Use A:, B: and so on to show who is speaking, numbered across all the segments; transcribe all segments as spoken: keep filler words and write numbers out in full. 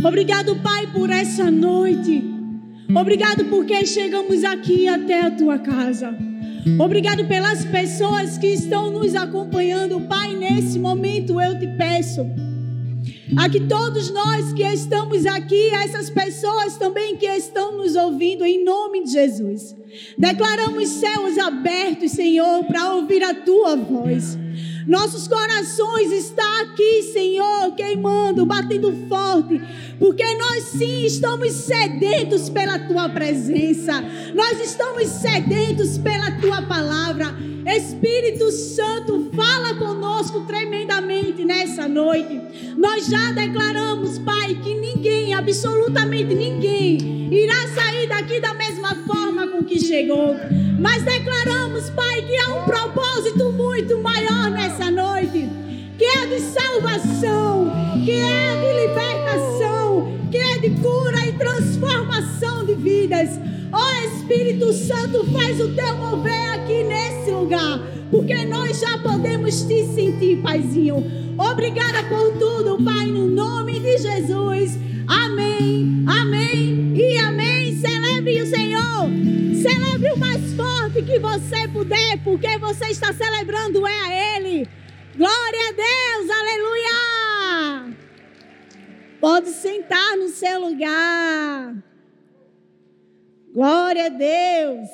A: Obrigado, Pai, por essa noite. Obrigado porque chegamos aqui até a Tua casa. Obrigado pelas pessoas que estão nos acompanhando. Pai, nesse momento eu te peço a que todos nós que estamos aqui, essas pessoas também que estão nos ouvindo, em nome de Jesus, declaramos céus abertos, Senhor, para ouvir a Tua voz. Nossos corações estão aqui, Senhor, queimando, batendo forte, porque nós sim estamos sedentos pela Tua presença. Nós estamos sedentos pela Tua palavra. Espírito Santo, fala conosco tremendamente nessa noite. Nós já declaramos, Pai, que ninguém, absolutamente ninguém, irá sair daqui da mesma forma com que chegou. Mas declaramos, Pai, que há um propósito muito maior nessa noite, que é de salvação, que é de libertação, que é de cura e transformação de vidas. Ó oh, Espírito Santo, faz o Teu mover aqui nesse lugar, porque nós já podemos te sentir, Paizinho. Obrigada por tudo, Pai, no nome de Jesus. Amém, amém e amém. Celebre o Senhor. Celebre o mais forte que você puder, porque você está celebrando é a Ele. Glória a Deus, aleluia. Pode sentar no seu lugar. Glória a Deus.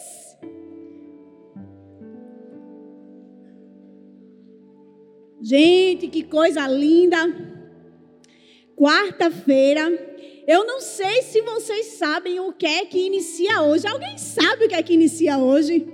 A: Gente, que coisa linda. Quarta-feira. Eu não sei se vocês sabem o que é que inicia hoje. Alguém sabe o que é que inicia hoje?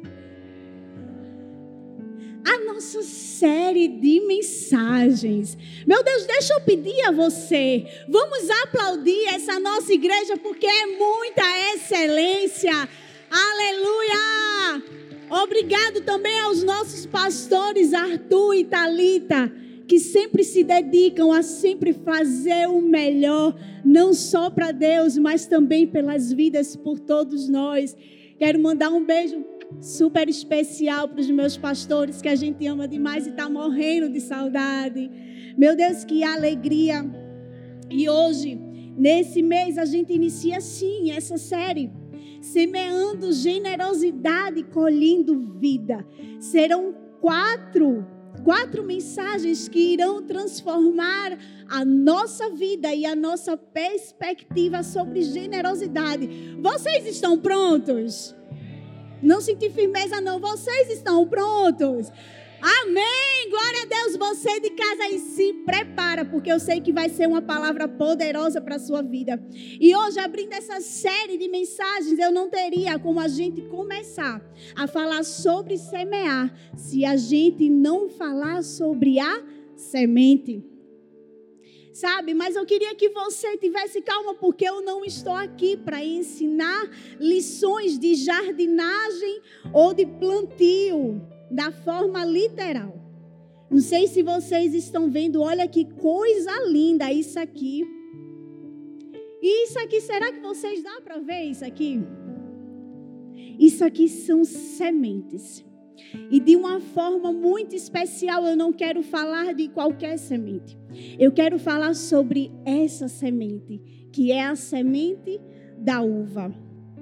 A: A nossa série de mensagens. Meu Deus, deixa eu pedir a você. Vamos aplaudir essa nossa igreja porque é muita excelência. Aleluia! Obrigado também aos nossos pastores Arthur e Thalita, que sempre se dedicam a sempre fazer o melhor, não só para Deus, mas também pelas vidas, por todos nós. Quero mandar um beijo super especial para os meus pastores, que a gente ama demais e está morrendo de saudade. Meu Deus, que alegria. E hoje, nesse mês, a gente inicia sim essa série, semeando generosidade, colhendo vida. Serão quatro Quatro mensagens que irão transformar a nossa vida e a nossa perspectiva sobre generosidade. Vocês estão prontos? Não senti firmeza não. Vocês estão prontos? Amém! Glória a Deus. Você de casa aí se prepara, porque eu sei que vai ser uma palavra poderosa para a sua vida. E hoje, abrindo essa série de mensagens, eu não teria como a gente começar a falar sobre semear se a gente não falar sobre a semente. Sabe, mas eu queria que você tivesse calma, porque eu não estou aqui para ensinar lições de jardinagem ou de plantio da forma literal. Não sei se vocês estão vendo, olha que coisa linda isso aqui. E isso aqui, será que vocês dá para ver isso aqui? Isso aqui são sementes. E de uma forma muito especial, eu não quero falar de qualquer semente. Eu quero falar sobre essa semente, que é a semente da uva.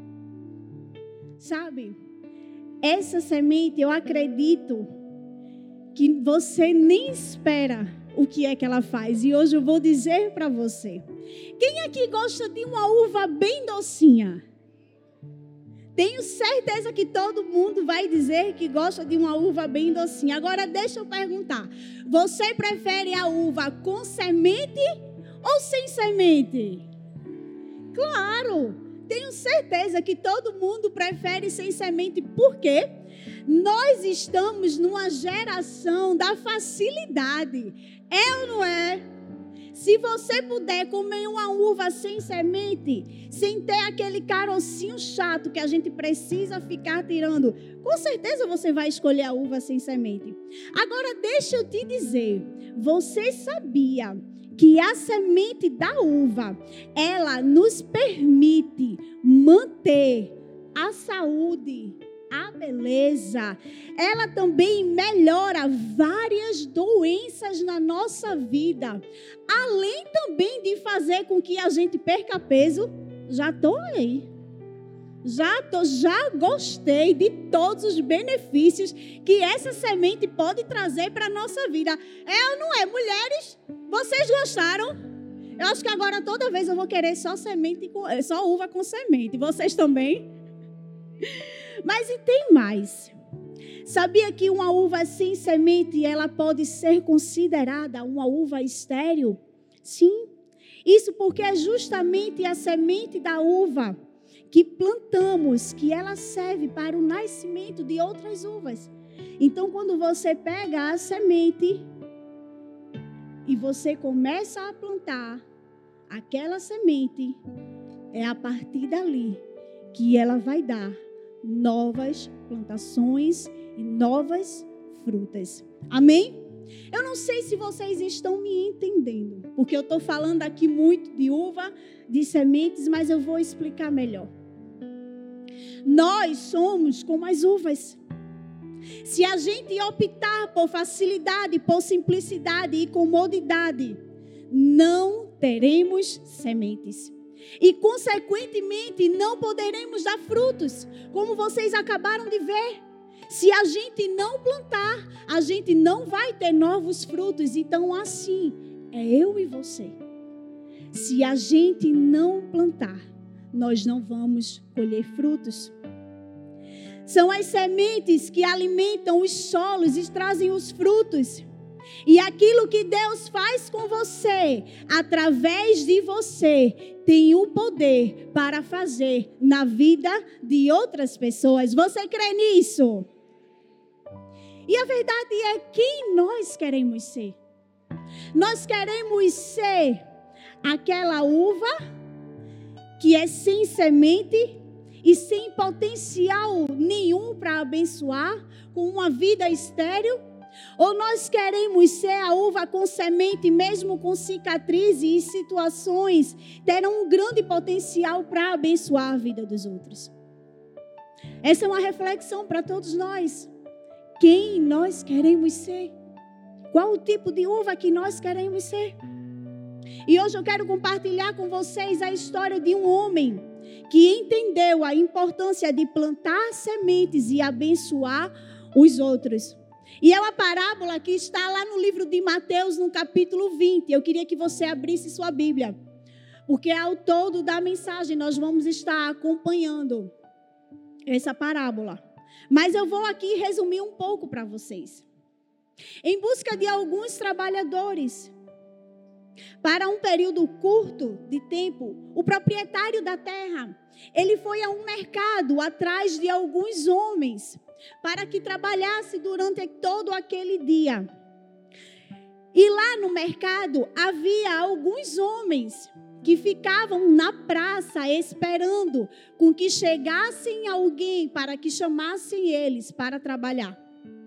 A: Sabe? Essa semente, eu acredito que você nem espera o que é que ela faz. E hoje eu vou dizer para você. Quem aqui gosta de uma uva bem docinha? Tenho certeza que todo mundo vai dizer que gosta de uma uva bem docinha. Agora deixa eu perguntar. Você prefere a uva com semente ou sem semente? Claro! Tenho certeza que todo mundo prefere sem semente. Por quê? Nós estamos numa geração da facilidade. É ou não é? Se você puder comer uma uva sem semente, sem ter aquele carocinho chato que a gente precisa ficar tirando, com certeza você vai escolher a uva sem semente. Agora, deixa eu te dizer, você sabia que a semente da uva, ela nos permite manter a saúde a beleza. Ela também melhora várias doenças na nossa vida. Além também de fazer com que a gente perca peso. Já estou aí. Já, tô, já gostei de todos os benefícios que essa semente pode trazer para a nossa vida. É ou não é? Mulheres, vocês gostaram? Eu acho que agora toda vez eu vou querer só semente, com, só uva com semente. Vocês também? Mas e tem mais. Sabia que uma uva sem semente, ela pode ser considerada uma uva estéril? Sim. Isso porque é justamente a semente da uva que plantamos, que ela serve para o nascimento de outras uvas. Então, quando você pega a semente e você começa a plantar aquela semente, é a partir dali que ela vai dar novas plantações e novas frutas. Amém? Eu não sei se vocês estão me entendendo, porque eu estou falando aqui muito de uva, de sementes, mas eu vou explicar melhor. Nós somos como as uvas. Se a gente optar por facilidade, por simplicidade e comodidade, não teremos sementes. E, consequentemente, não poderemos dar frutos, como vocês acabaram de ver. Se a gente não plantar, a gente não vai ter novos frutos. Então, assim, é eu e você. Se a gente não plantar, nós não vamos colher frutos. São as sementes que alimentam os solos e trazem os frutos. E aquilo que Deus faz com você, através de você, tem o poder para fazer na vida de outras pessoas. Você crê nisso? E a verdade é quem nós queremos ser. Nós queremos ser aquela uva que é sem semente e sem potencial nenhum para abençoar, com uma vida estéril? Ou nós queremos ser a uva com semente, mesmo com cicatrizes e situações, terão um grande potencial para abençoar a vida dos outros? Essa é uma reflexão para todos nós. Quem nós queremos ser? Qual o tipo de uva que nós queremos ser? E hoje eu quero compartilhar com vocês a história de um homem que entendeu a importância de plantar sementes e abençoar os outros. E é uma parábola que está lá no livro de Mateus, no capítulo vinte. Eu queria que você abrisse sua Bíblia, porque ao todo da mensagem nós vamos estar acompanhando essa parábola. Mas eu vou aqui resumir um pouco para vocês. Em busca de alguns trabalhadores, para um período curto de tempo, o proprietário da terra, ele foi a um mercado atrás de alguns homens para que trabalhasse durante todo aquele dia. E lá no mercado havia alguns homens que ficavam na praça esperando com que chegassem alguém para que chamassem eles para trabalhar.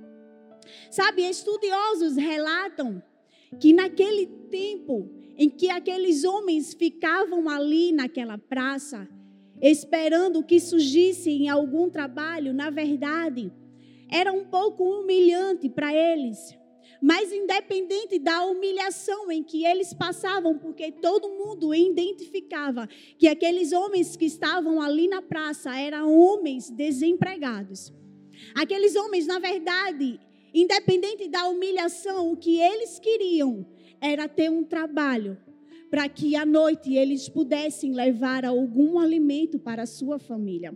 A: Sabe, estudiosos relatam que naquele tempo em que aqueles homens ficavam ali naquela praça, esperando que surgisse em algum trabalho, na verdade, era um pouco humilhante para eles. Mas independente da humilhação em que eles passavam, porque todo mundo identificava que aqueles homens que estavam ali na praça eram homens desempregados. Aqueles homens, na verdade, independente da humilhação, o que eles queriam era ter um trabalho para que à noite eles pudessem levar algum alimento para a sua família.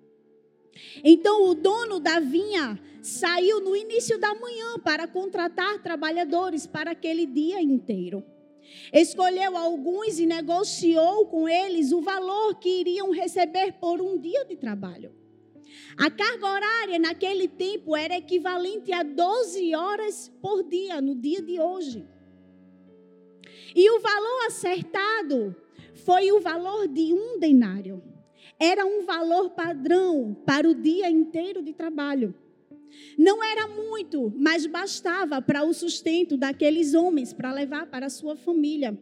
A: Então o dono da vinha saiu no início da manhã para contratar trabalhadores para aquele dia inteiro. Escolheu alguns e negociou com eles o valor que iriam receber por um dia de trabalho. A carga horária naquele tempo era equivalente a doze horas por dia, no dia de hoje. E o valor acertado foi o valor de um denário. Era um valor padrão para o dia inteiro de trabalho. Não era muito, mas bastava para o sustento daqueles homens, para levar para a sua família.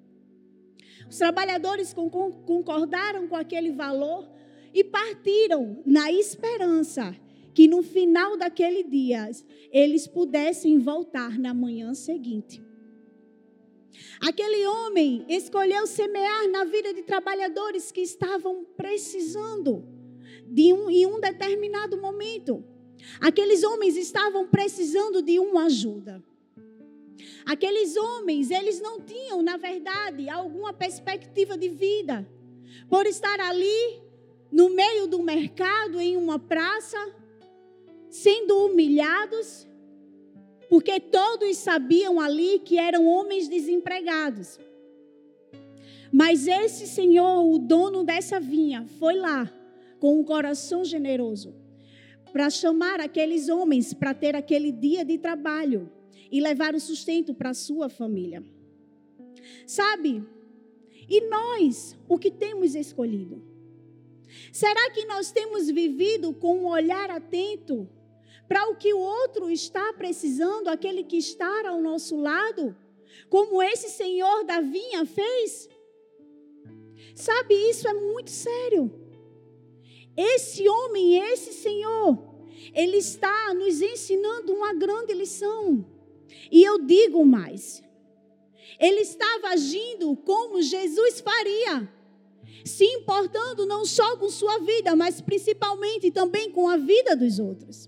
A: Os trabalhadores concordaram com aquele valor e partiram na esperança que no final daquele dia eles pudessem voltar na manhã seguinte. Aquele homem escolheu semear na vida de trabalhadores que estavam precisando de um, em um determinado momento. Aqueles homens estavam precisando de uma ajuda. Aqueles homens, eles não tinham, na verdade, alguma perspectiva de vida. Por estar ali, no meio do mercado, em uma praça, sendo humilhados, porque todos sabiam ali que eram homens desempregados. Mas esse senhor, o dono dessa vinha, foi lá com um coração generoso para chamar aqueles homens para ter aquele dia de trabalho e levar o sustento para a sua família. Sabe? E nós, o que temos escolhido? Será que nós temos vivido com um olhar atento para o que o outro está precisando, aquele que está ao nosso lado, como esse senhor da vinha fez? Sabe, isso é muito sério. Esse homem, esse senhor, ele está nos ensinando uma grande lição. E eu digo mais, ele estava agindo como Jesus faria, se importando não só com sua vida, mas principalmente também com a vida dos outros.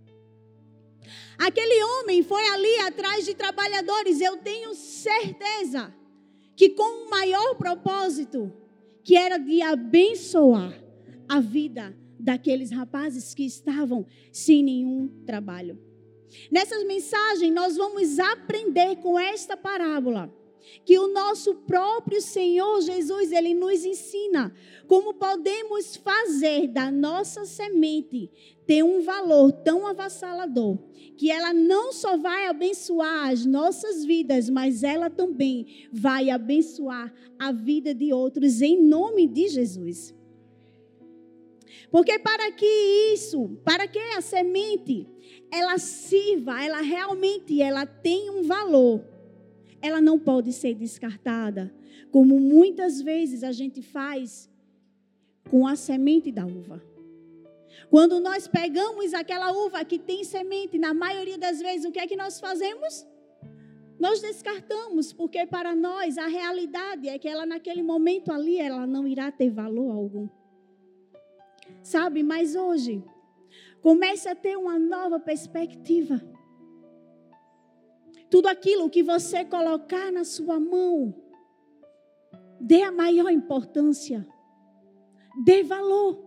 A: Aquele homem foi ali atrás de trabalhadores, eu tenho certeza que com um maior propósito, que era de abençoar a vida daqueles rapazes que estavam sem nenhum trabalho. Nessa mensagem nós vamos aprender com esta parábola que o nosso próprio Senhor Jesus, ele nos ensina como podemos fazer da nossa semente ter um valor tão avassalador, que ela não só vai abençoar as nossas vidas, mas ela também vai abençoar a vida de outros em nome de Jesus. Porque para que isso, para que a semente, ela sirva, ela realmente ela tem um valor, ela não pode ser descartada, como muitas vezes a gente faz com a semente da uva. Quando nós pegamos aquela uva que tem semente, na maioria das vezes, o que é que nós fazemos? Nós descartamos, porque para nós a realidade é que ela naquele momento ali, ela não irá ter valor algum. Sabe, mas hoje, comece a ter uma nova perspectiva. Tudo aquilo que você colocar na sua mão, dê a maior importância, dê valor.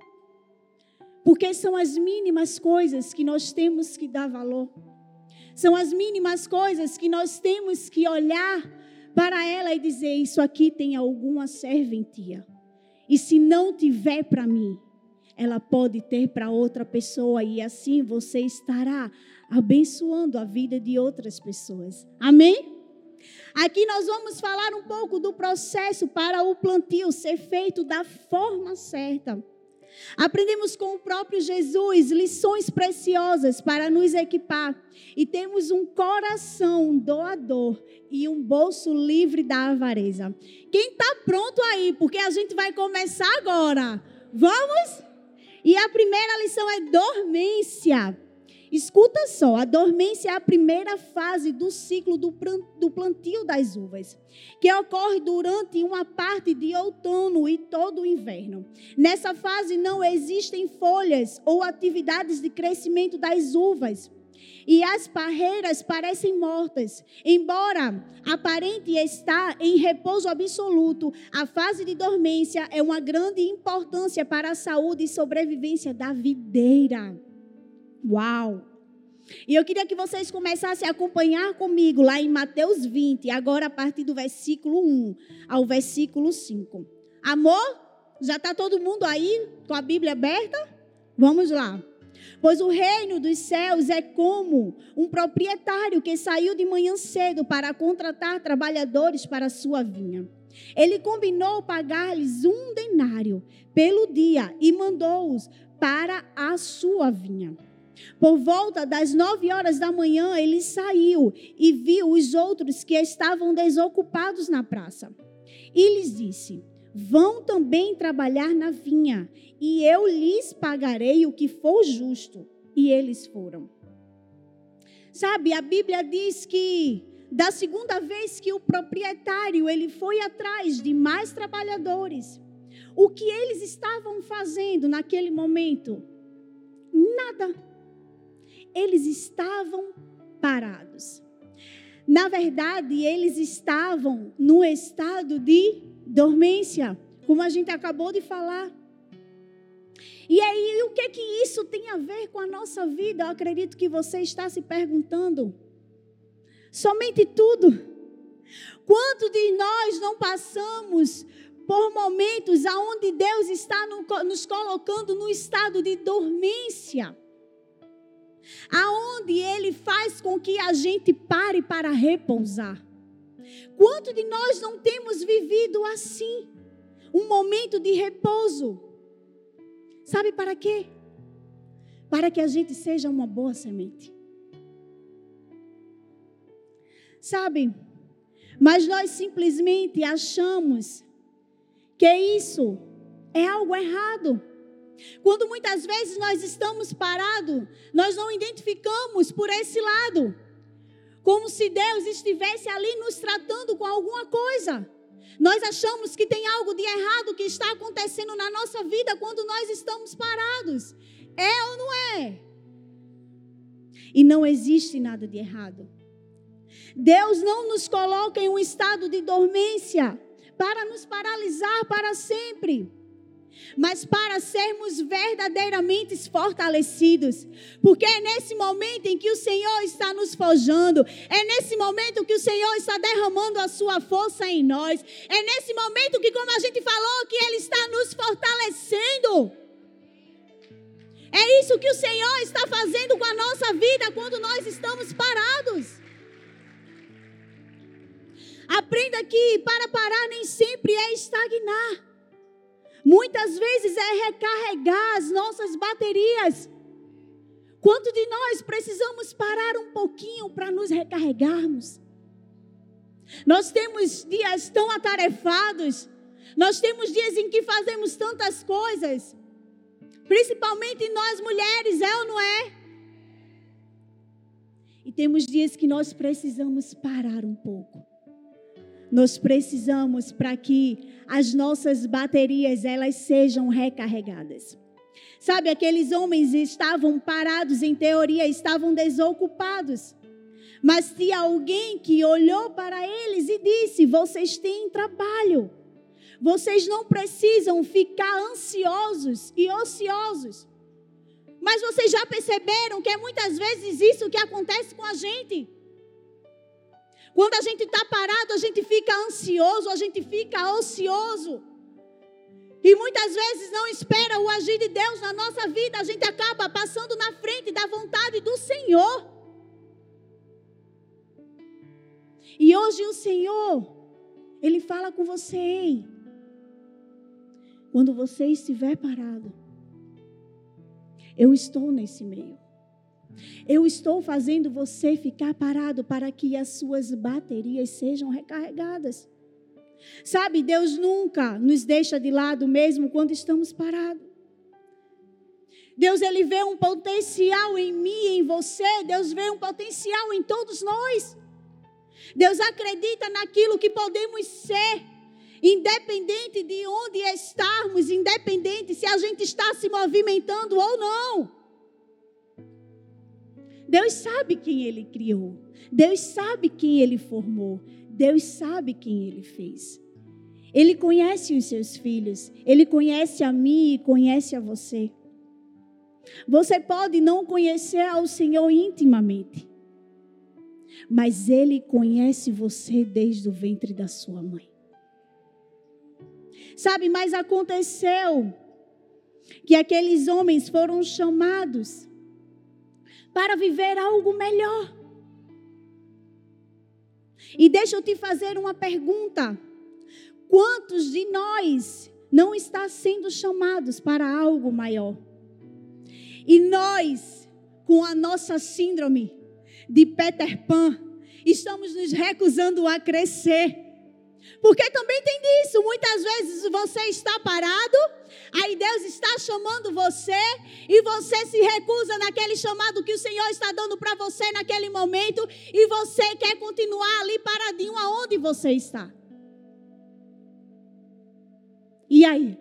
A: Porque são as mínimas coisas que nós temos que dar valor. São as mínimas coisas que nós temos que olhar para ela e dizer, isso aqui tem alguma serventia. E se não tiver para mim, ela pode ter para outra pessoa e assim você estará abençoando a vida de outras pessoas. Amém? Aqui nós vamos falar um pouco do processo para o plantio ser feito da forma certa. Aprendemos com o próprio Jesus lições preciosas para nos equipar e temos um coração doador e um bolso livre da avareza. Quem está pronto aí? Porque a gente vai começar agora. Vamos? E a primeira lição é dormência. Escuta só, a dormência é a primeira fase do ciclo do plantio das uvas, que ocorre durante uma parte de outono e todo o inverno. Nessa fase não existem folhas ou atividades de crescimento das uvas. E as parreiras parecem mortas. Embora aparente estar em repouso absoluto, a fase de dormência é uma grande importância para a saúde e sobrevivência da videira. Uau! E eu queria que vocês começassem a acompanhar comigo lá em Mateus vinte, agora a partir do versículo um ao versículo cinco. Amor? Já está todo mundo aí com a Bíblia aberta? Vamos lá. Pois o reino dos céus é como um proprietário que saiu de manhã cedo para contratar trabalhadores para a sua vinha. Ele combinou pagar-lhes um denário pelo dia e mandou-os para a sua vinha. Por volta das nove horas da manhã, ele saiu e viu os outros que estavam desocupados na praça. E lhes disse, vão também trabalhar na vinha, e eu lhes pagarei o que for justo. e eles foram. Sabe, a Bíblia diz que da segunda vez que o proprietário ele foi atrás de mais trabalhadores, o que eles estavam fazendo naquele momento? Nada. Eles estavam parados. Na verdade, eles estavam no estado de dormência, como a gente acabou de falar. E aí, o que que isso tem a ver com a nossa vida? Eu acredito que você está se perguntando. Somente tudo. Quanto de nós não passamos por momentos onde Deus está nos colocando no estado de dormência, aonde Ele faz com que a gente pare para repousar. Quanto de nós não temos vivido assim, um momento de repouso? Sabe para quê? Para que a gente seja uma boa semente. Sabe? Mas nós simplesmente achamos que isso é algo errado. Quando muitas vezes nós estamos parados, nós não identificamos por esse lado. Como se Deus estivesse ali nos tratando com alguma coisa. Nós achamos que tem algo de errado que está acontecendo na nossa vida quando nós estamos parados. É ou não é? E não existe nada de errado. Deus não nos coloca em um estado de dormência para nos paralisar para sempre, mas para sermos verdadeiramente fortalecidos, porque é nesse momento em que o Senhor está nos forjando, é nesse momento que o Senhor está derramando a sua força em nós, é nesse momento que, como a gente falou, que Ele está nos fortalecendo. É isso que o Senhor está fazendo com a nossa vida quando nós estamos parados. Aprenda que para parar nem sempre é estagnar. Muitas vezes é recarregar as nossas baterias. Quanto de nós precisamos parar um pouquinho para nos recarregarmos? Nós temos dias tão atarefados. Nós temos dias em que fazemos tantas coisas. Principalmente nós mulheres, é ou não é? E temos dias que nós precisamos parar um pouco. Nós precisamos para que as nossas baterias elas sejam recarregadas. Sabe, aqueles homens estavam parados, em teoria, estavam desocupados. Mas tinha alguém que olhou para eles e disse: vocês têm trabalho. Vocês não precisam ficar ansiosos e ociosos. Mas vocês já perceberam que é muitas vezes isso que acontece com a gente? Quando a gente está parado, a gente fica ansioso, a gente fica ocioso. E muitas vezes não espera o agir de Deus na nossa vida. A gente acaba passando na frente da vontade do Senhor. E hoje o Senhor, Ele fala com você: ei, quando você estiver parado, eu estou nesse meio. Eu estou fazendo você ficar parado para que as suas baterias sejam recarregadas. Sabe, Deus nunca nos deixa de lado mesmo quando estamos parados. Deus, Ele vê um potencial em mim e em você. Deus vê um potencial em todos nós. Deus acredita naquilo que podemos ser, independente de onde estarmos, independente se a gente está se movimentando ou não. Deus sabe quem Ele criou. Deus sabe quem Ele formou. Deus sabe quem Ele fez. Ele conhece os seus filhos. Ele conhece a mim e conhece a você. Você pode não conhecer ao Senhor intimamente, mas Ele conhece você desde o ventre da sua mãe. Sabe, mas aconteceu que aqueles homens foram chamados para viver algo melhor. E deixa eu te fazer uma pergunta. Quantos de nós não está sendo chamados para algo maior? E nós, com a nossa síndrome de Peter Pan, estamos nos recusando a crescer. Porque também tem disso. Muitas vezes você está parado, aí Deus está chamando você e você se recusa naquele chamado que o Senhor está dando para você naquele momento e você quer continuar ali paradinho aonde você está. E aí?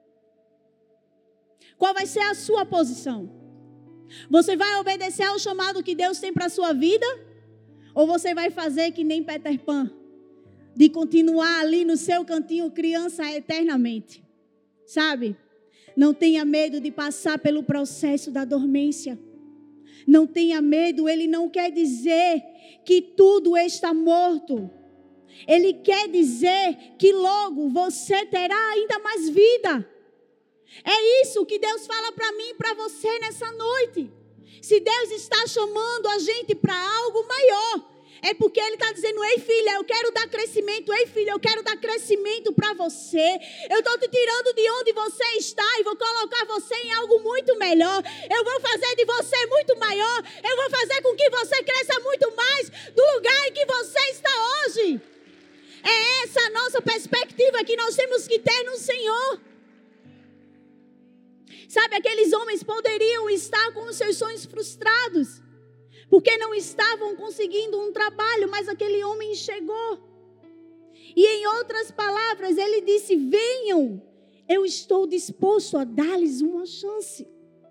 A: Qual vai ser a sua posição? Você vai obedecer ao chamado que Deus tem para a sua vida? Ou você vai fazer que nem Peter Pan? De continuar ali no seu cantinho criança eternamente? Sabe? Não tenha medo de passar pelo processo da dormência. Não tenha medo, ele não quer dizer que tudo está morto. Ele quer dizer que logo você terá ainda mais vida. É isso que Deus fala para mim e para você nessa noite. Se Deus está chamando a gente para algo maior, é porque Ele está dizendo: ei filha, eu quero dar crescimento. Ei filha, eu quero dar crescimento para você. Eu estou te tirando de onde você está e vou colocar você em algo muito melhor. Eu vou fazer de você muito maior. Eu vou fazer com que você cresça muito mais do lugar em que você está hoje. É essa a nossa perspectiva que nós temos que ter no Senhor. Sabe, aqueles homens poderiam estar com os seus sonhos frustrados, porque não estavam conseguindo um trabalho, mas aquele homem chegou. E em outras palavras, ele disse: venham, eu estou disposto a dar-lhes uma chance.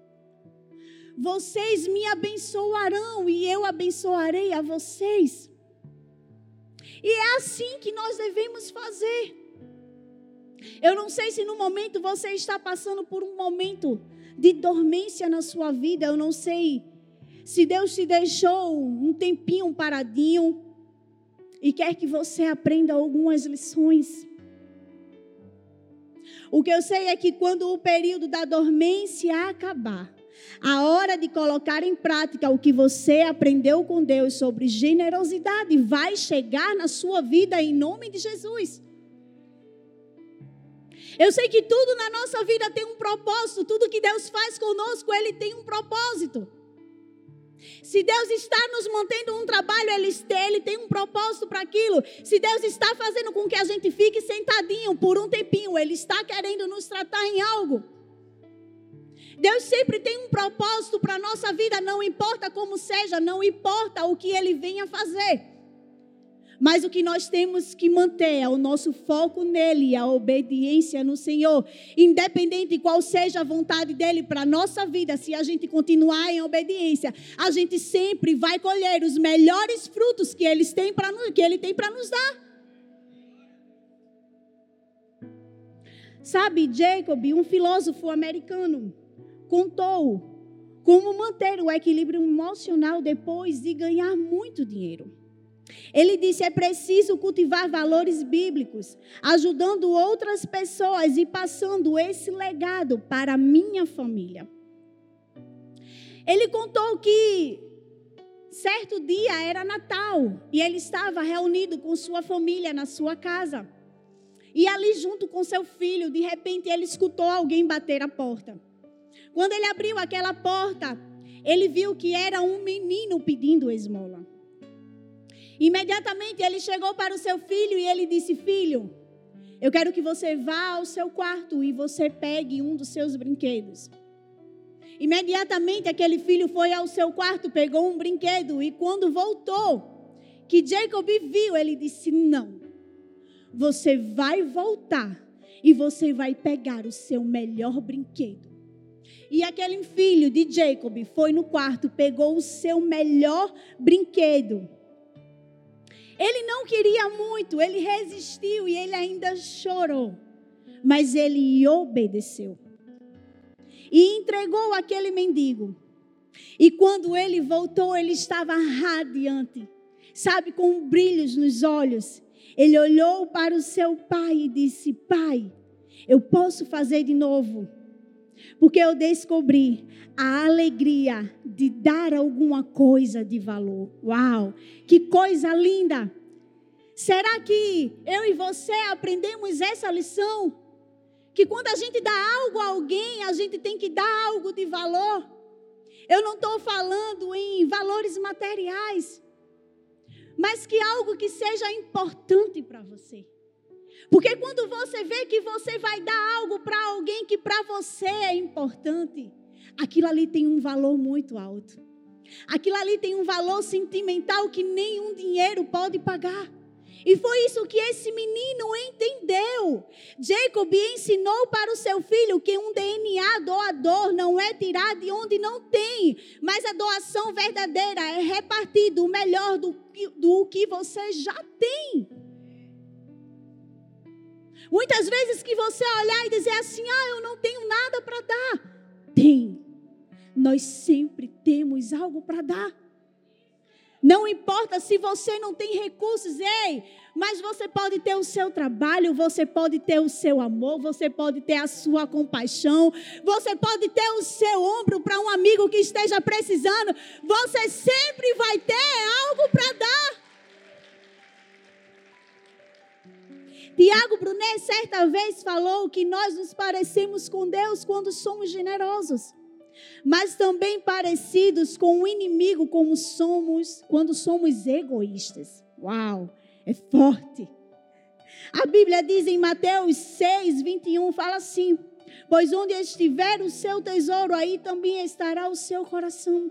A: Vocês me abençoarão e eu abençoarei a vocês. E é assim que nós devemos fazer. Eu não sei se no momento você está passando por um momento de dormência na sua vida. Eu não sei se Deus te deixou um tempinho paradinho e quer que você aprenda algumas lições. O que eu sei é que quando o período da dormência acabar, a hora de colocar em prática o que você aprendeu com Deus sobre generosidade vai chegar na sua vida em nome de Jesus. Eu sei que tudo na nossa vida tem um propósito. Tudo que Deus faz conosco, Ele tem um propósito. Se Deus está nos mantendo um trabalho, Ele, ele tem um propósito para aquilo. Se Deus está fazendo com que a gente fique sentadinho por um tempinho, Ele está querendo nos tratar em algo. Deus sempre tem um propósito para a nossa vida, não importa como seja, não importa o que Ele venha fazer. Mas o que nós temos que manter é o nosso foco nele e a obediência no Senhor. Independente de qual seja a vontade dele para a nossa vida, se a gente continuar em obediência, a gente sempre vai colher os melhores frutos que, eles têm pra, que ele tem para nos dar. Sabe, Jacob, um filósofo americano, contou como manter o equilíbrio emocional depois de ganhar muito dinheiro. Ele disse: é preciso cultivar valores bíblicos, ajudando outras pessoas e passando esse legado para a minha família. Ele contou que certo dia era Natal e ele estava reunido com sua família na sua casa. E ali junto com seu filho, de repente ele escutou alguém bater a porta. Quando ele abriu aquela porta, ele viu que era um menino pedindo esmola. Imediatamente ele chegou para o seu filho e ele disse: filho, eu quero que você vá ao seu quarto e você pegue um dos seus brinquedos. Imediatamente aquele filho foi ao seu quarto, pegou um brinquedo e quando voltou, que Jacob viu, ele disse: não, você vai voltar e você vai pegar o seu melhor brinquedo. E aquele filho de Jacob foi no quarto, pegou o seu melhor brinquedo. Ele não queria muito, ele resistiu e ele ainda chorou. Mas ele obedeceu. E entregou aquele mendigo. E quando ele voltou, ele estava radiante. Sabe, com brilhos nos olhos. Ele olhou para o seu pai e disse: pai, eu posso fazer de novo. Porque eu descobri a alegria de dar alguma coisa de valor. Uau, que coisa linda! Será que eu e você aprendemos essa lição? Que quando a gente dá algo a alguém, a gente tem que dar algo de valor. Eu não estou falando em valores materiais, mas que algo que seja importante para você. Porque quando você vê que você vai dar algo para alguém que para você é importante, aquilo ali tem um valor muito alto. Aquilo ali tem um valor sentimental que nenhum dinheiro pode pagar. E foi isso que esse menino entendeu. Jacob ensinou para o seu filho que um D N A doador não é tirado de onde não tem, mas a doação verdadeira é repartir o melhor do, do que você já tem. Muitas vezes que você olhar e dizer assim, ah, eu não tenho nada para dar. Tem. Nós sempre temos algo para dar. Não importa se você não tem recursos, ei, mas você pode ter o seu trabalho, você pode ter o seu amor, você pode ter a sua compaixão, você pode ter o seu ombro para um amigo que esteja precisando. Você sempre vai ter algo para dar. Tiago Brunet certa vez falou que nós nos parecemos com Deus quando somos generosos, mas também parecidos com o inimigo como somos quando somos egoístas. Uau, é forte. A Bíblia diz em Mateus seis, vinte e um, fala assim, pois onde estiver o seu tesouro, aí também estará o seu coração.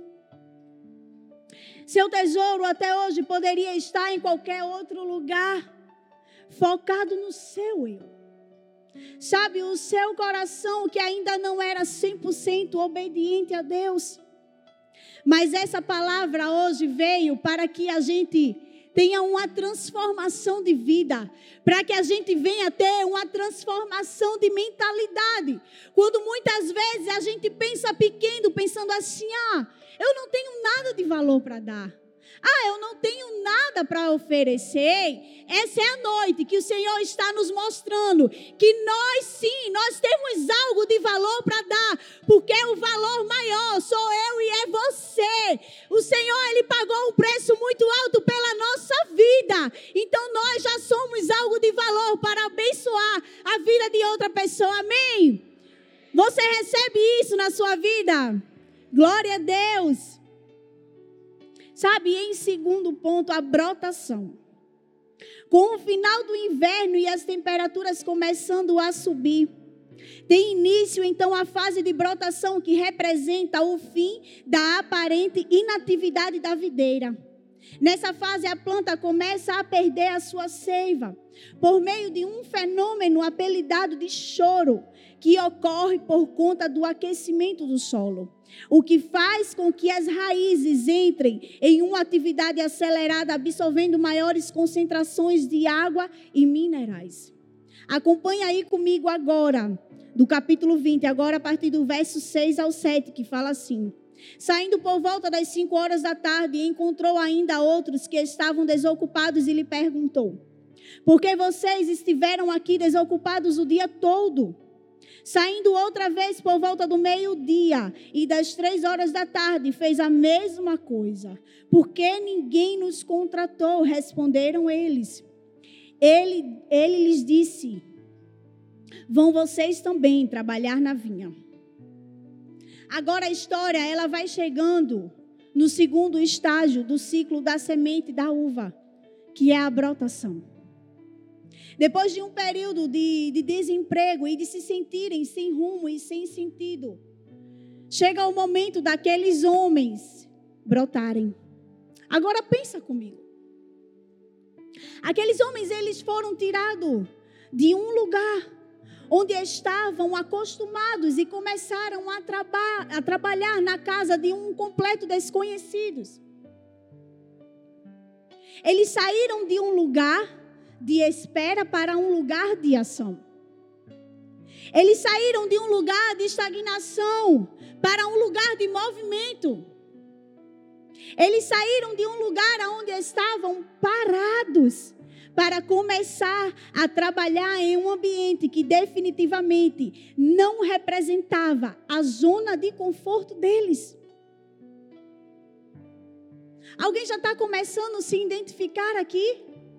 A: Seu tesouro até hoje poderia estar em qualquer outro lugar, focado no seu eu. Sabe, o seu coração que ainda não era cem por cento obediente a Deus. Mas essa palavra hoje veio para que a gente tenha uma transformação de vida, para que a gente venha ter uma transformação de mentalidade. Quando muitas vezes a gente pensa pequeno, pensando assim, ah, eu não tenho nada de valor para dar. Ah, eu não tenho nada para oferecer. Essa é a noite que o Senhor está nos mostrando que nós sim, nós temos algo de valor para dar, porque o valor maior sou eu e é você. O Senhor, Ele pagou um preço muito alto pela nossa vida. Então nós já somos algo de valor para abençoar a vida de outra pessoa. Amém? Você recebe isso na sua vida? Glória a Deus. Sabe, em segundo ponto, a brotação. Com o final do inverno e as temperaturas começando a subir, tem início então a fase de brotação que representa o fim da aparente inatividade da videira. Nessa fase a planta começa a perder a sua seiva, por meio de um fenômeno apelidado de choro, que ocorre por conta do aquecimento do solo. O que faz com que as raízes entrem em uma atividade acelerada, absorvendo maiores concentrações de água e minerais. Acompanhe aí comigo agora, do capítulo vinte, agora a partir do verso seis ao sete, que fala assim. Saindo por volta das cinco horas da tarde, encontrou ainda outros que estavam desocupados e lhe perguntou: por que vocês estiveram aqui desocupados o dia todo? Saindo outra vez por volta do meio-dia e das três horas da tarde, fez a mesma coisa. Por que ninguém nos contratou? Responderam eles. Ele, ele lhes disse: vão vocês também trabalhar na vinha. Agora a história, ela vai chegando no segundo estágio do ciclo da semente da uva, que é a brotação. Depois de um período de, de desemprego e de se sentirem sem rumo e sem sentido, chega o momento daqueles homens brotarem. Agora pensa comigo. Aqueles homens, eles foram tirados de um lugar onde estavam acostumados e começaram a, traba- a trabalhar na casa de um completo desconhecido. Eles saíram de um lugar de espera para um lugar de ação. Eles saíram de um lugar de estagnação para um lugar de movimento. Eles saíram de um lugar onde estavam parados para começar a trabalhar em um ambiente que definitivamente não representava a zona de conforto deles. Alguém já está começando a se identificar aqui?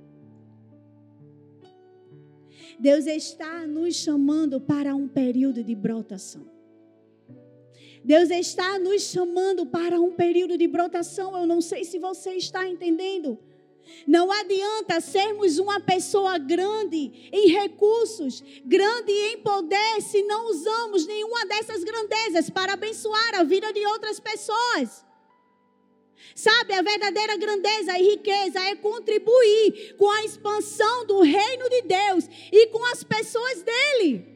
A: Deus está nos chamando para um período de brotação. Deus está nos chamando para um período de brotação. Eu não sei se você está entendendo. Não adianta sermos uma pessoa grande em recursos, grande em poder, se não usamos nenhuma dessas grandezas para abençoar a vida de outras pessoas. Sabe, a verdadeira grandeza e riqueza é contribuir com a expansão do reino de Deus e com as pessoas dele.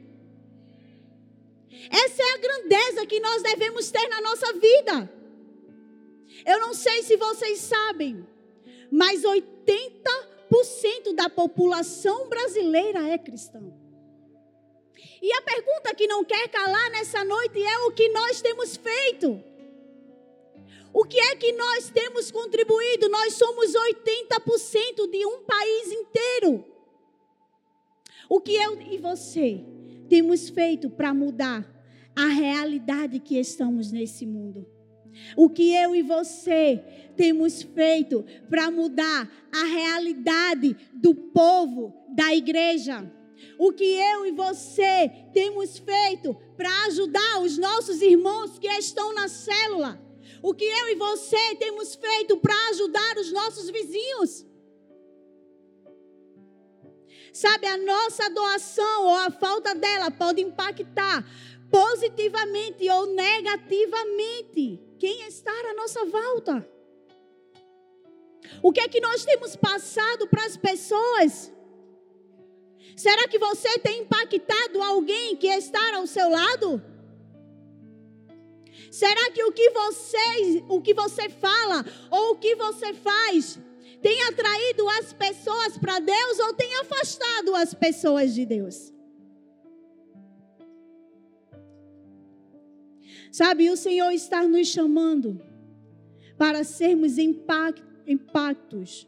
A: Essa é a grandeza que nós devemos ter na nossa vida. Eu não sei se vocês sabem, mas oitenta por cento da população brasileira é cristã. E a pergunta que não quer calar nessa noite é o que nós temos feito. O que é que nós temos contribuído? Nós somos oitenta por cento de um país inteiro. O que eu e você temos feito para mudar a realidade que estamos nesse mundo? O que eu e você temos feito para mudar a realidade do povo, da igreja? O que eu e você temos feito para ajudar os nossos irmãos que estão na célula? O que eu e você temos feito para ajudar os nossos vizinhos? Sabe, a nossa doação ou a falta dela pode impactar positivamente ou negativamente quem está à nossa volta. O que é que nós temos passado para as pessoas? Será que você tem impactado alguém que está ao seu lado? Será que o que você, o que você fala ou o que você faz tem atraído as pessoas para Deus ou tem afastado as pessoas de Deus? Sabe, o Senhor está nos chamando para sermos empáticos,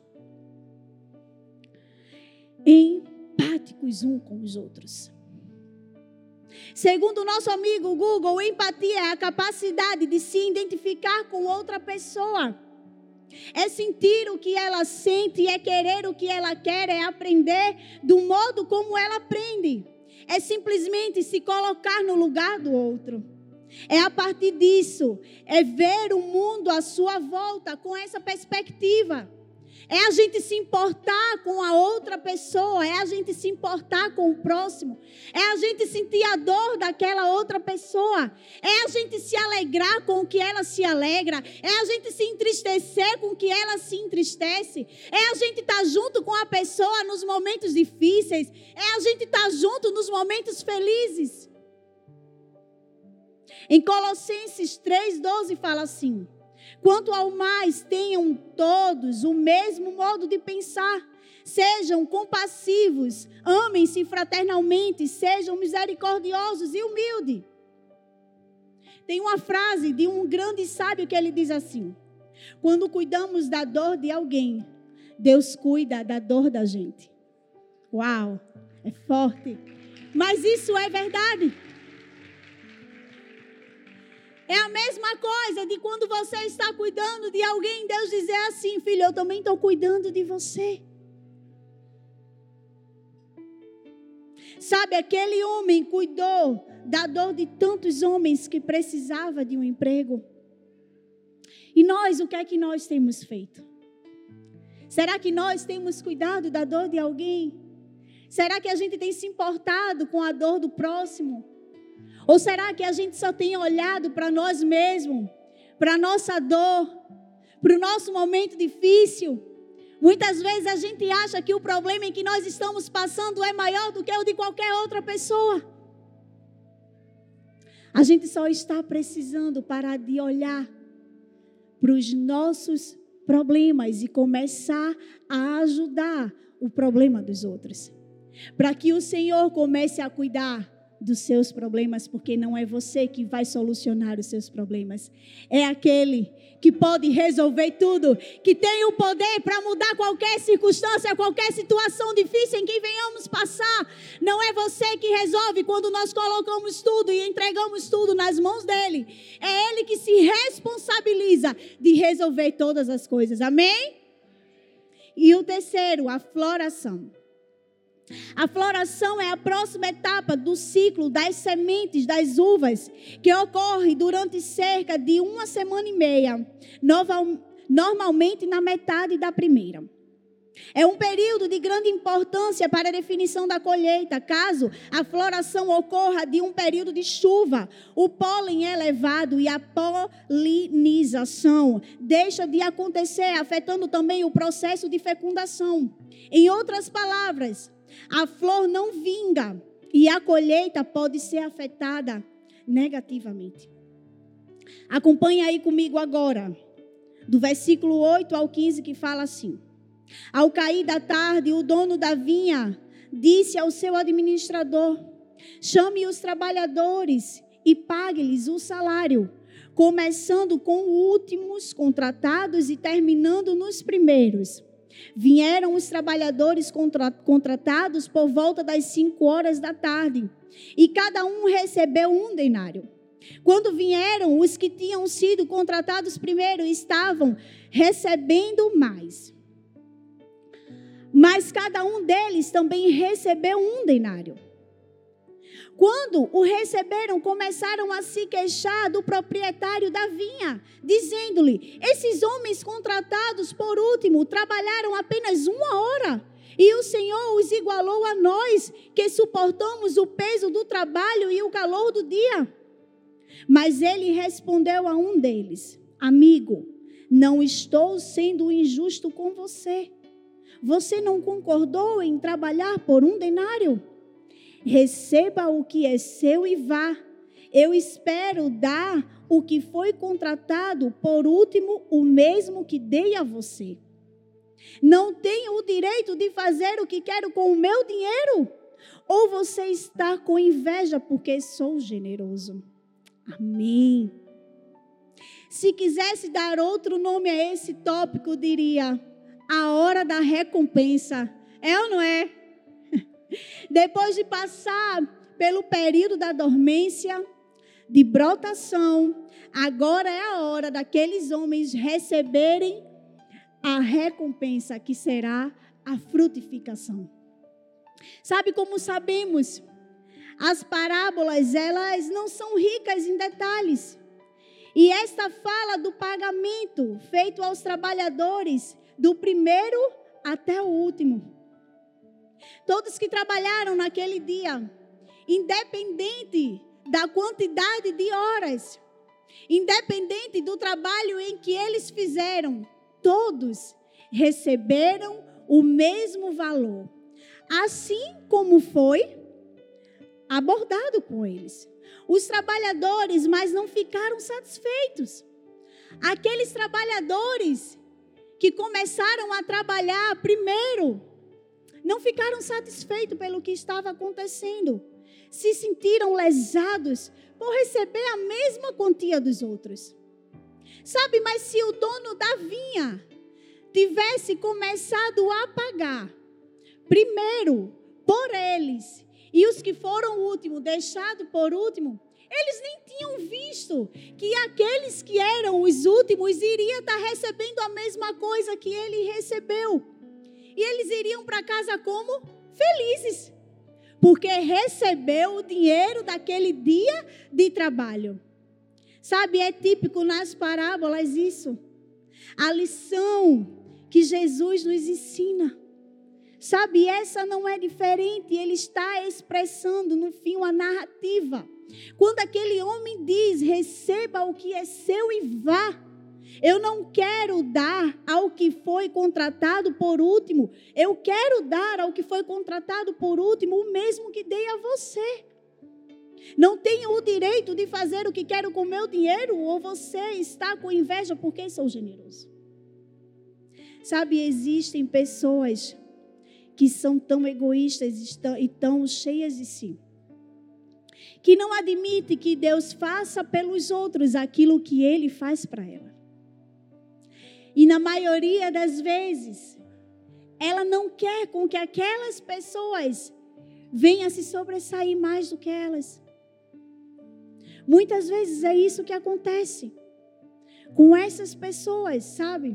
A: empáticos uns com os outros. Segundo o nosso amigo Google, empatia é a capacidade de se identificar com outra pessoa. É sentir o que ela sente, é querer o que ela quer, é aprender do modo como ela aprende. É simplesmente se colocar no lugar do outro. É a partir disso, é ver o mundo à sua volta com essa perspectiva. É a gente se importar com a outra pessoa, é a gente se importar com o próximo, é a gente sentir a dor daquela outra pessoa, é a gente se alegrar com o que ela se alegra, é a gente se entristecer com o que ela se entristece, é a gente estar junto com a pessoa nos momentos difíceis, é a gente estar junto nos momentos felizes. Em Colossenses três, doze fala assim: quanto ao mais, tenham todos o mesmo modo de pensar. Sejam compassivos, amem-se fraternalmente, sejam misericordiosos e humildes. Tem uma frase de um grande sábio que ele diz assim: quando cuidamos da dor de alguém, Deus cuida da dor da gente. Uau, é forte. Mas isso é verdade. É a mesma coisa de quando você está cuidando de alguém, Deus dizer assim: filho, eu também estou cuidando de você. Sabe, aquele homem cuidou da dor de tantos homens que precisavam de um emprego. E nós, o que é que nós temos feito? Será que nós temos cuidado da dor de alguém? Será que a gente tem se importado com a dor do próximo? Ou será que a gente só tem olhado para nós mesmos, para a nossa dor, para o nosso momento difícil? Muitas vezes a gente acha que o problema em que nós estamos passando é maior do que o de qualquer outra pessoa. A gente só está precisando parar de olhar para os nossos problemas e começar a ajudar o problema dos outros. Para que o Senhor comece a cuidar dos seus problemas, porque não é você que vai solucionar os seus problemas. É aquele que pode resolver tudo, que tem o poder para mudar qualquer circunstância, qualquer situação difícil em que venhamos passar. Não é você que resolve quando nós colocamos tudo e entregamos tudo nas mãos dele. É ele que se responsabiliza de resolver todas as coisas. Amém? E o terceiro, a floração. A floração é a próxima etapa do ciclo das sementes das uvas, que ocorre durante cerca de uma semana e meia, normalmente na metade da primeira. É um período de grande importância para a definição da colheita. Caso a floração ocorra de um período de chuva, o pólen é elevado e a polinização deixa de acontecer, afetando também o processo de fecundação. Em outras palavras, a flor não vinga e a colheita pode ser afetada negativamente. Acompanhe aí comigo agora, do versículo oito ao quinze, que fala assim: Ao cair da tarde, o dono da vinha disse ao seu administrador: chame os trabalhadores e pague-lhes o salário, começando com os últimos contratados e terminando nos primeiros. Vieram os trabalhadores contra- contratados por volta das cinco horas da tarde, e cada um recebeu um denário. Quando vieram, os que tinham sido contratados primeiro estavam recebendo mais. Mas cada um deles também recebeu um denário. Quando o receberam, começaram a se queixar do proprietário da vinha, dizendo-lhe: esses homens contratados por último trabalharam apenas uma hora, e o Senhor os igualou a nós, que suportamos o peso do trabalho e o calor do dia. Mas ele respondeu a um deles: amigo, não estou sendo injusto com você. Você não concordou em trabalhar por um denário? Receba o que é seu e vá. Eu espero dar o que foi contratado por último, o mesmo que dei a você. Não tenho o direito de fazer o que quero com o meu dinheiro? Ou você está com inveja porque sou generoso? Amém. Se quisesse dar outro nome a esse tópico, diria: a hora da recompensa. É ou não é? Depois de passar pelo período da dormência, de brotação, agora é a hora daqueles homens receberem a recompensa, que será a frutificação. Sabe como sabemos? As parábolas, elas não são ricas em detalhes. E esta fala do pagamento feito aos trabalhadores, do primeiro até o último. Todos que trabalharam naquele dia, independente da quantidade de horas, independente do trabalho em que eles fizeram, todos receberam o mesmo valor. Assim como foi abordado com eles. Os trabalhadores, mas não ficaram satisfeitos. Aqueles trabalhadores que começaram a trabalhar primeiro, não ficaram satisfeitos pelo que estava acontecendo. Se sentiram lesados por receber a mesma quantia dos outros. Sabe, mas se o dono da vinha tivesse começado a pagar primeiro por eles, e os que foram último, deixado por último, eles nem tinham visto que aqueles que eram os últimos iriam estar recebendo a mesma coisa que ele recebeu. E eles iriam para casa como? Felizes. Porque recebeu o dinheiro daquele dia de trabalho. Sabe, é típico nas parábolas isso. A lição que Jesus nos ensina. Sabe, essa não é diferente. Ele está expressando no fim uma narrativa. Quando aquele homem diz: receba o que é seu e vá. Eu não quero dar ao que foi contratado por último. Eu quero dar ao que foi contratado por último o mesmo que dei a você. Não tenho o direito de fazer o que quero com o meu dinheiro, ou você está com inveja porque sou generoso. Sabe, existem pessoas que são tão egoístas e tão cheias de si, que não admite que Deus faça pelos outros aquilo que Ele faz para ela. E na maioria das vezes, ela não quer com que aquelas pessoas venham a se sobressair mais do que elas. Muitas vezes é isso que acontece com essas pessoas, sabe?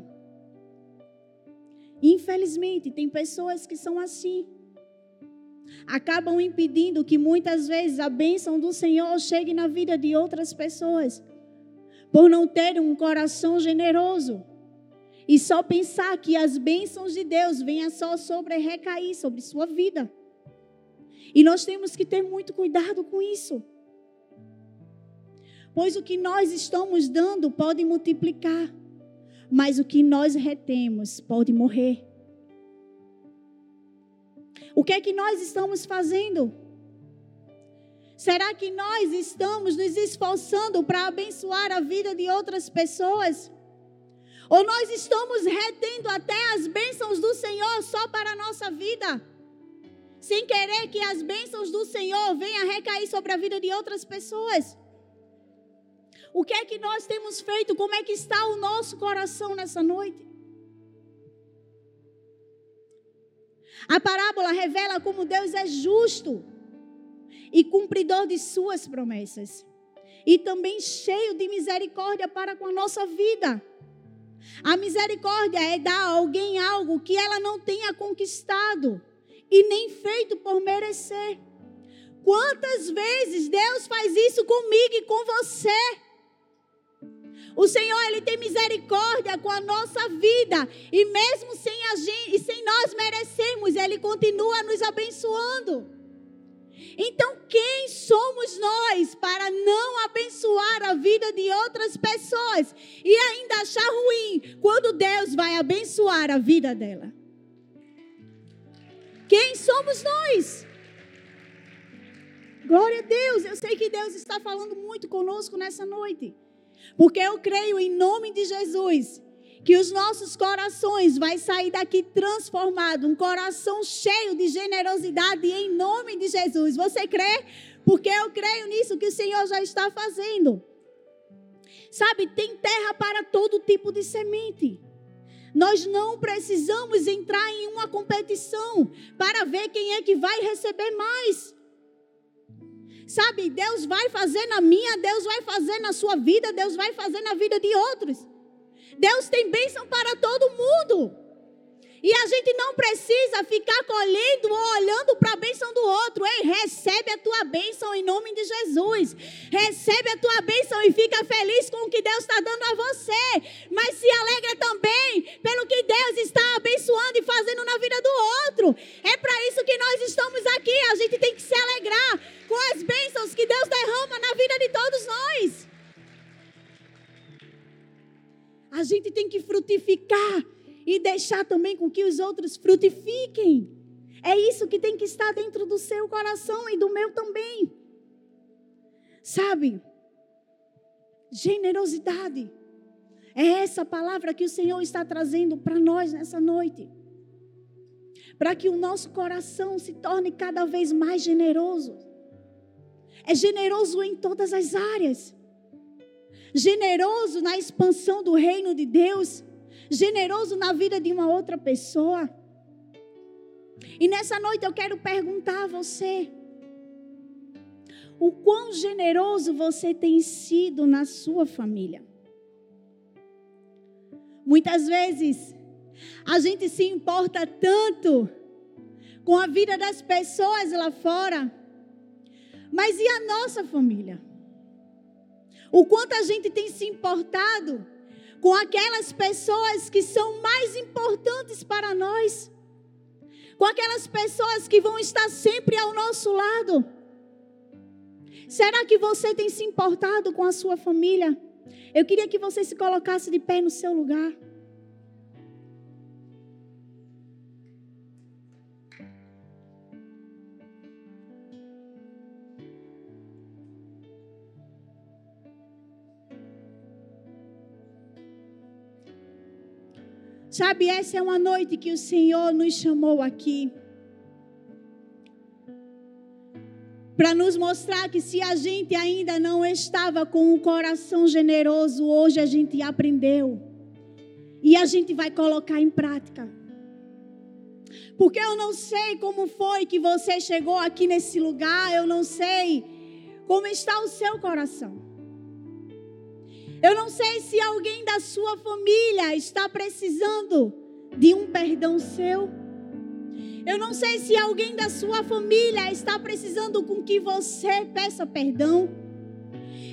A: Infelizmente, tem pessoas que são assim. Acabam impedindo que muitas vezes a bênção do Senhor chegue na vida de outras pessoas, por não terem um coração generoso. E só pensar que as bênçãos de Deus venham só sobre recair sobre sua vida. E nós temos que ter muito cuidado com isso. Pois o que nós estamos dando pode multiplicar, mas o que nós retemos pode morrer. O que é que nós estamos fazendo? Será que nós estamos nos esforçando para abençoar a vida de outras pessoas? Ou nós estamos retendo até as bênçãos do Senhor só para a nossa vida? Sem querer que as bênçãos do Senhor venham a recair sobre a vida de outras pessoas? O que é que nós temos feito? Como é que está o nosso coração nessa noite? A parábola revela como Deus é justo e cumpridor de suas promessas. E também cheio de misericórdia para com a nossa vida. A misericórdia é dar a alguém algo que ela não tenha conquistado e nem feito por merecer. Quantas vezes Deus faz isso comigo e com você? O Senhor, Ele tem misericórdia com a nossa vida. E mesmo sem, a gente, e sem nós merecermos, Ele continua nos abençoando. Então, quem somos nós para não abençoar a vida de outras pessoas e ainda achar ruim quando Deus vai abençoar a vida dela? Quem somos nós? Glória a Deus. Eu sei que Deus está falando muito conosco nessa noite. Porque eu creio em nome de Jesus que os nossos corações vai sair daqui transformado, um coração cheio de generosidade em nome de Jesus. Você crê? Porque eu creio nisso que o Senhor já está fazendo. Sabe, tem terra para todo tipo de semente. Nós não precisamos entrar em uma competição para ver quem é que vai receber mais. Sabe, Deus vai fazer na minha, Deus vai fazer na sua vida, Deus vai fazer na vida de outros. Deus tem bênção para todo mundo. E a gente não precisa ficar colhendo ou olhando para a bênção do outro. Ei, recebe a tua bênção em nome de Jesus. Recebe a tua bênção e fica feliz com o que Deus está dando a você. Mas se alegra também pelo que Deus está abençoando e fazendo na vida do outro. É para isso que nós estamos aqui. A gente tem que se alegrar com as bênçãos que Deus derrama na vida de todos nós. A gente tem que frutificar e deixar também com que os outros frutifiquem. É isso que tem que estar dentro do seu coração e do meu também. Sabe? Generosidade. É essa palavra que o Senhor está trazendo para nós nessa noite. Para que o nosso coração se torne cada vez mais generoso. É generoso em todas as áreas. Generoso na expansão do reino de Deus. Generoso na vida de uma outra pessoa. E nessa noite eu quero perguntar a você: o quão generoso você tem sido na sua família? Muitas vezes a gente se importa tanto com a vida das pessoas lá fora, mas e a nossa família? O quanto a gente tem se importado com aquelas pessoas que são mais importantes para nós, com aquelas pessoas que vão estar sempre ao nosso lado. Será que você tem se importado com a sua família? Eu queria que você se colocasse de pé no seu lugar. Sabe, essa é uma noite que o Senhor nos chamou aqui para nos mostrar que se a gente ainda não estava com um coração generoso, hoje a gente aprendeu e a gente vai colocar em prática. Porque eu não sei como foi que você chegou aqui nesse lugar, eu não sei como está o seu coração. Eu não sei se alguém da sua família está precisando de um perdão seu. Eu não sei se alguém da sua família está precisando com que você peça perdão.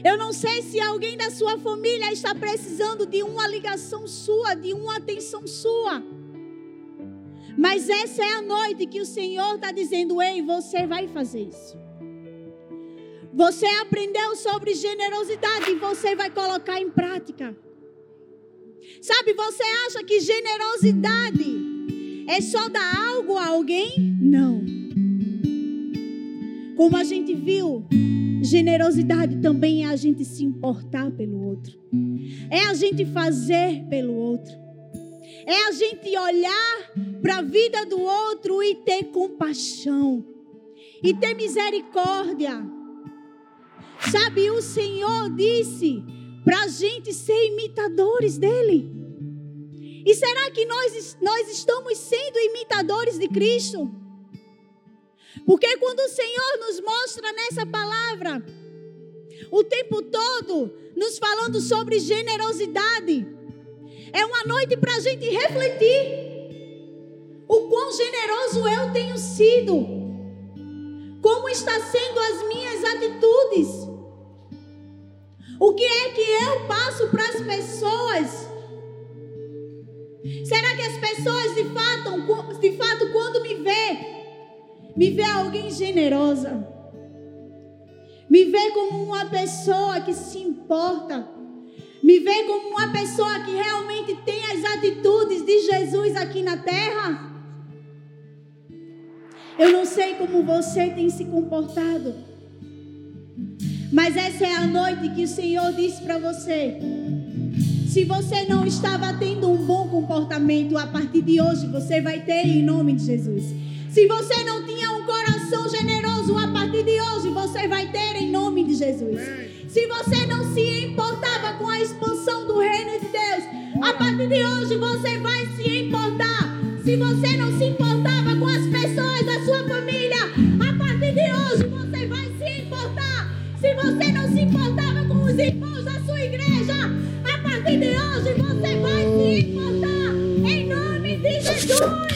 A: Eu não sei se alguém da sua família está precisando de uma ligação sua, de uma atenção sua. Mas essa é a noite que o Senhor está dizendo: ei, você vai fazer isso. Você aprendeu sobre generosidade e você vai colocar em prática. Sabe, você acha que generosidade é só dar algo a alguém? Não. Como a gente viu, generosidade também é a gente se importar pelo outro. É a gente fazer pelo outro. É a gente olhar para a vida do outro e ter compaixão. E ter misericórdia. Sabe, o Senhor disse para a gente ser imitadores dele. E será que nós, nós estamos sendo imitadores de Cristo? Porque quando o Senhor nos mostra nessa palavra, o tempo todo, nos falando sobre generosidade, é uma noite para a gente refletir o quão generoso eu tenho sido, como está sendo as minhas atitudes, o que é que eu passo para as pessoas. Será que as pessoas de fato, de fato quando me vê, me vê alguém generosa, me vê como uma pessoa que se importa, me vê como uma pessoa que realmente tem as atitudes de Jesus aqui na terra? Eu não sei como você tem se comportado, mas essa é a noite que o Senhor disse para você: se você não estava tendo um bom comportamento, a partir de hoje você vai ter, em nome de Jesus. Se você não tinha um coração generoso, a partir de hoje você vai ter, em nome de Jesus. Se você não se importava com a expansão do reino de Deus, a partir de hoje você vai se importar. Se você não se importava com as pessoas da sua família, a partir de hoje você vai se importar. Se você não se importava com os irmãos da sua igreja, a partir de hoje você vai se importar. Em nome de Jesus.